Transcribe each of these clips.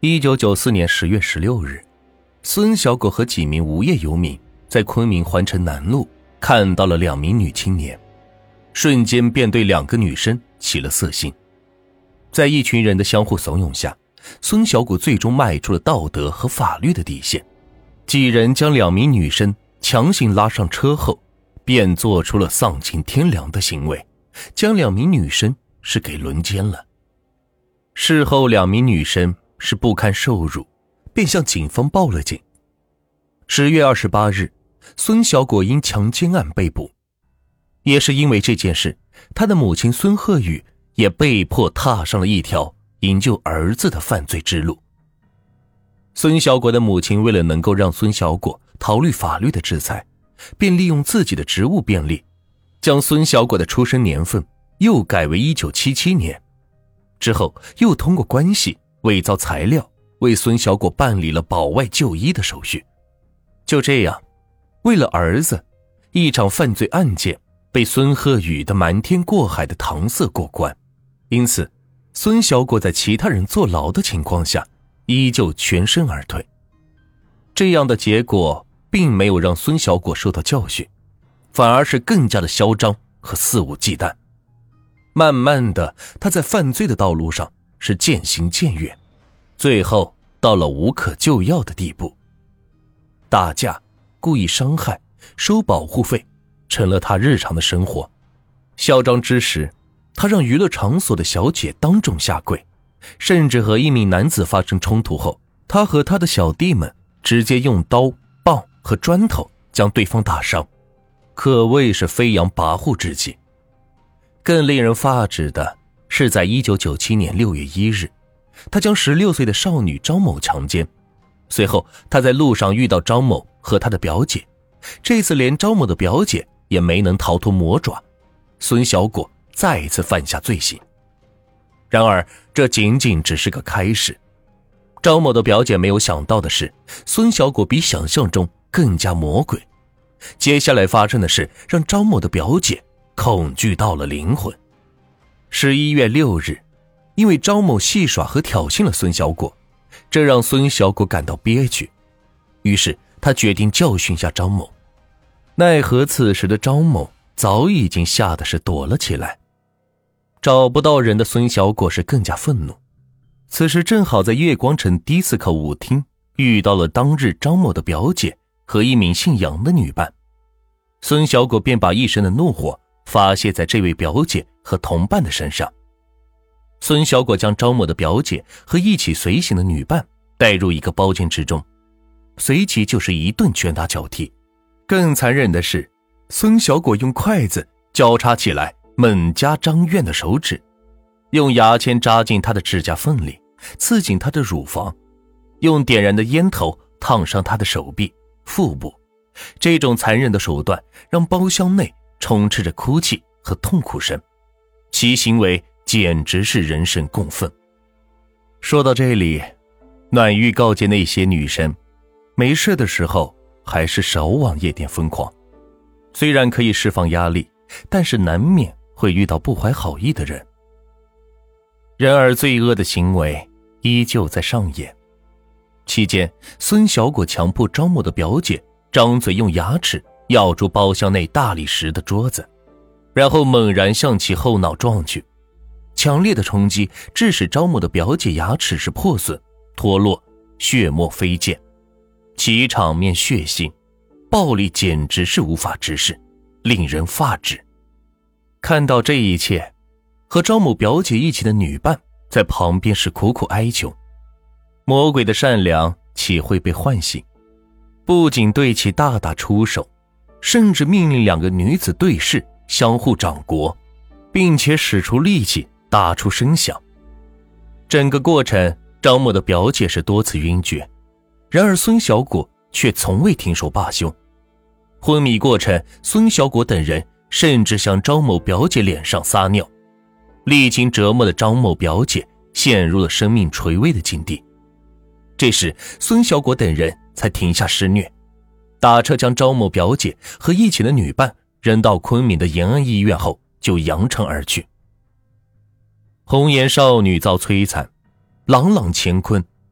1994年10月16日，孙小果和几名无业游民在昆明环城南路看到了2名女青年，瞬间便对2个女生起了色心。在一群人的相互怂恿下，孙小果最终迈出了道德和法律的底线。几人将2名女生强行拉上车后，便做出了丧尽天良的行为，将2名女生是给轮奸了。事后2名女生是不堪受辱，便向警方报了警。10月28日，孙小果因强奸案被捕。也是因为这件事，他的母亲孙鹤宇也被迫踏上了一条营救儿子的犯罪之路。孙小果的母亲为了能够让孙小果逃离法律的制裁，便利用自己的职务便利，将孙小果的出生年份又改为1977年。之后又通过关系伪造材料，为孙小果办理了保外就医的手续。就这样，为了儿子，一场犯罪案件被孙鹤宇的瞒天过海的搪塞过关。因此，孙小果在其他人坐牢的情况下，依旧全身而退。这样的结果并没有让孙小果受到教训，反而是更加的嚣张和肆无忌惮。慢慢的，他在犯罪的道路上是渐行渐远，最后到了无可救药的地步。打架、故意伤害、收保护费成了他日常的生活。嚣张之时，他让娱乐场所的小姐当众下跪，甚至和一名男子发生冲突后，他和他的小弟们直接用刀、棒和砖头将对方打伤，可谓是飞扬跋扈之极。更令人发指的是，在1997年6月1日，他将16岁的少女张某强奸。随后他在路上遇到张某和他的表姐，这次连张某的表姐也没能逃脱魔爪，孙小果再一次犯下罪行。然而这仅仅只是个开始。张某的表姐没有想到的是，孙小果比想象中更加魔鬼。接下来发生的事让张某的表姐恐惧到了灵魂。11月6日，因为张某戏耍和挑衅了孙小果，这让孙小果感到憋屈，于是他决定教训下张某。奈何此时的张某早已经吓得是躲了起来。找不到人的孙小果是更加愤怒。此时正好在月光城迪斯科舞厅遇到了当日张某的表姐和一名姓杨的女伴，孙小果便把一身的怒火发泄在这位表姐和同伴的身上。孙小果将张某的表姐和一起随行的女伴带入一个包间之中，随即就是一顿拳打脚踢。更残忍的是，孙小果用筷子交叉起来猛夹张苑的手指，用牙签扎进她的指甲缝里，刺进她的乳房，用点燃的烟头烫伤她的手臂、腹部。这种残忍的手段让包厢内充斥着哭泣和痛苦声，其行为简直是人神共愤。说到这里，暖玉告诫那些女生，没事的时候还是少往夜店疯狂。虽然可以释放压力，但是难免会遇到不怀好意的人。然而罪恶的行为依旧在上演。期间，孙小果强迫张某的表姐张嘴用牙齿咬住包厢内大理石的桌子，然后猛然向其后脑撞去。强烈的冲击致使张某的表姐牙齿是破损、脱落，血沫飞溅，其场面血腥，暴力简直是无法直视，令人发指。看到这一切，和张某表姐一起的女伴在旁边是苦苦哀求。魔鬼的善良岂会被唤醒？不仅对其大打出手，甚至命令2个女子对视，相互掌掴，并且使出力气打出声响。整个过程，张某的表姐是多次晕厥，然而孙小果却从未停手罢休。昏迷过程，孙小果等人甚至向张某表姐脸上撒尿。历经折磨的张某表姐陷入了生命垂危的境地。这时孙小果等人才停下施虐，打车将张某表姐和一起的女伴扔到昆明的延安医院后就扬长而去。红颜少女遭摧残，朗朗乾坤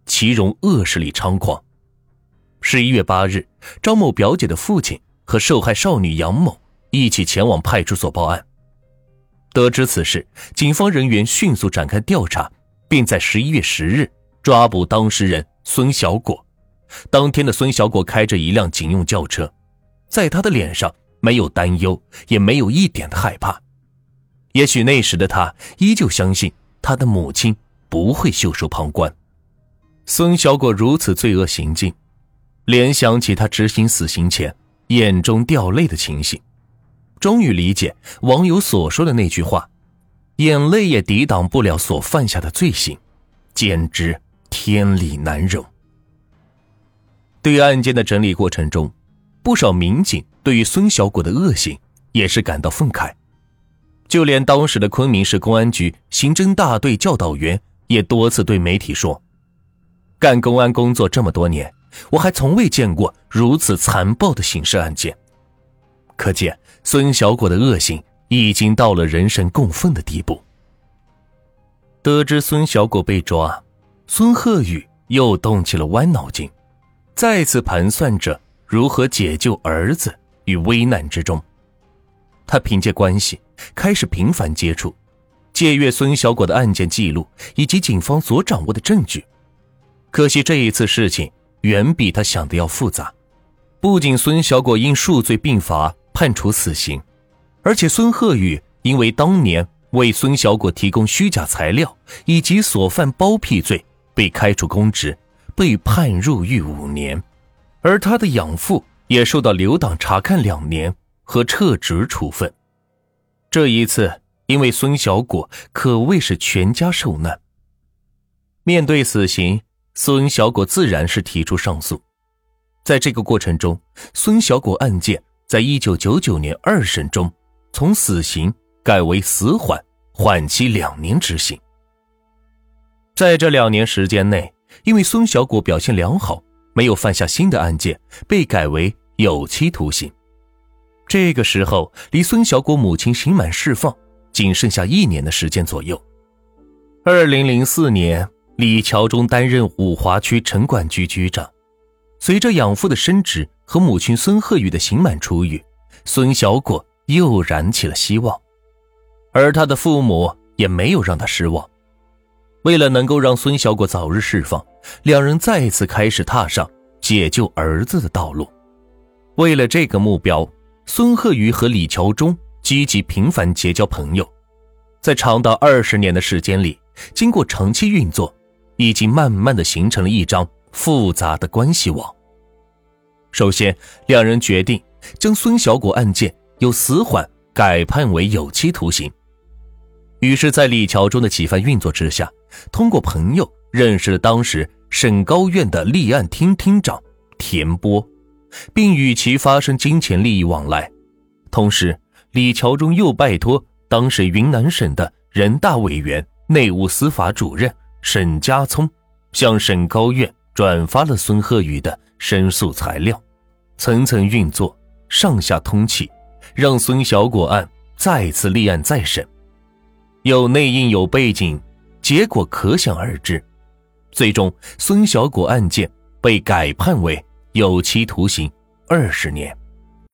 其容恶势力猖狂。11月8日，张某表姐的父亲和受害少女杨某一起前往派出所报案。得知此事，警方人员迅速展开调查，并在11月10日抓捕当事人孙小果。当天的孙小果开着一辆警用轿车，在他的脸上没有担忧，也没有一点的害怕。也许那时的他依旧相信他的母亲不会袖手旁观。孙小果如此罪恶行径，联想起他执行死刑前眼中掉泪的情形，终于理解网友所说的那句话，眼泪也抵挡不了所犯下的罪行，简直天理难容。对案件的整理过程中，不少民警对于孙小果的恶行也是感到愤慨，就连当时的昆明市公安局刑侦大队教导员也多次对媒体说，干公安工作这么多年，我还从未见过如此残暴的刑事案件。可见孙小果的恶行已经到了人神共愤的地步。得知孙小果被抓，孙鹤宇又动起了歪脑筋，再次盘算着如何解救儿子于危难之中。他凭借关系开始频繁接触，借阅孙小果的案件记录以及警方所掌握的证据。可惜这一次事情远比他想的要复杂，不仅孙小果因数罪并罚判处死刑，而且孙鹤宇因为当年为孙小果提供虚假材料以及所犯包庇罪被开除公职，被判入狱5年，而他的养父也受到留党察看2年和撤职处分。这一次因为孙小果可谓是全家受难。面对死刑，孙小果自然是提出上诉。在这个过程中，孙小果案件在1999年2审中从死刑改为死缓，缓期2年执行。在这2年时间内，因为孙小果表现良好，没有犯下新的案件，被改为有期徒刑。这个时候离孙小果母亲刑满释放仅剩下1年的时间左右。2004年，李桥忠担任五华区城管局局长。随着养父的升职和母亲孙鹤宇的刑满出狱，孙小果又燃起了希望。而他的父母也没有让他失望。为了能够让孙小果早日释放，两人再次开始踏上解救儿子的道路。为了这个目标，孙鹤宇和李桥忠积极频繁结交朋友。在长达20年的时间里，经过长期运作，已经慢慢地形成了一张复杂的关系网。首先，两人决定将孙小果案件由死缓改判为有期徒刑。于是在李桥忠的几番运作之下，通过朋友认识了当时省高院的立案厅厅长田波，并与其发生金钱利益往来。同时，李桥忠又拜托当时云南省的人大委员、内务司法主任沈家聪，向省高院转发了孙鹤宇的申诉材料，层层运作，上下通气，让孙小果案再次立案再审。有内应有背景，结果可想而知。最终，孙小果案件被改判为有期徒刑20年。